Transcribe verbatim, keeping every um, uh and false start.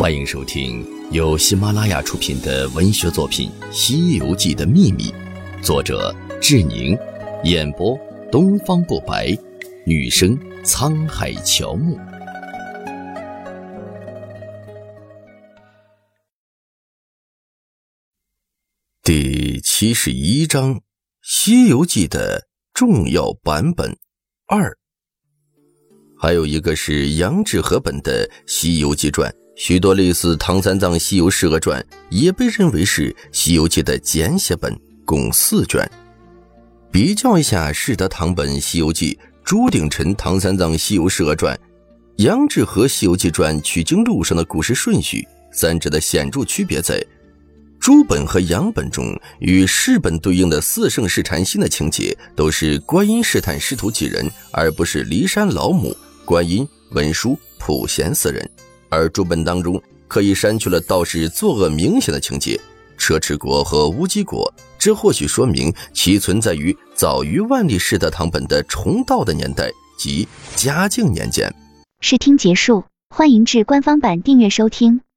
欢迎收听由喜马拉雅出品的文学作品《西游记的秘密》，作者志宁，演播东方不白，女生沧海乔木。第七十一章，西游记的重要版本二。还有一个是杨志和本的西游记传，许多类似唐三藏西游释厄传也被认为是西游记的简写本，共四卷。比较一下释德堂本西游记、朱鼎臣唐三藏西游释厄传、杨志和西游记传取经路上的故事顺序，三者的显著区别在朱本和杨本中与释本对应的四圣试禅心的情节都是观音试探师徒几人，而不是骊山老母、观音、文殊、普贤四人。而朱本当中刻意删去了道士作恶明显的情节，车迟国和乌鸡国，这或许说明其存在于早于万历释德堂本的重道的年代，即嘉靖年间。 试听结束，欢迎至官方版订阅收听。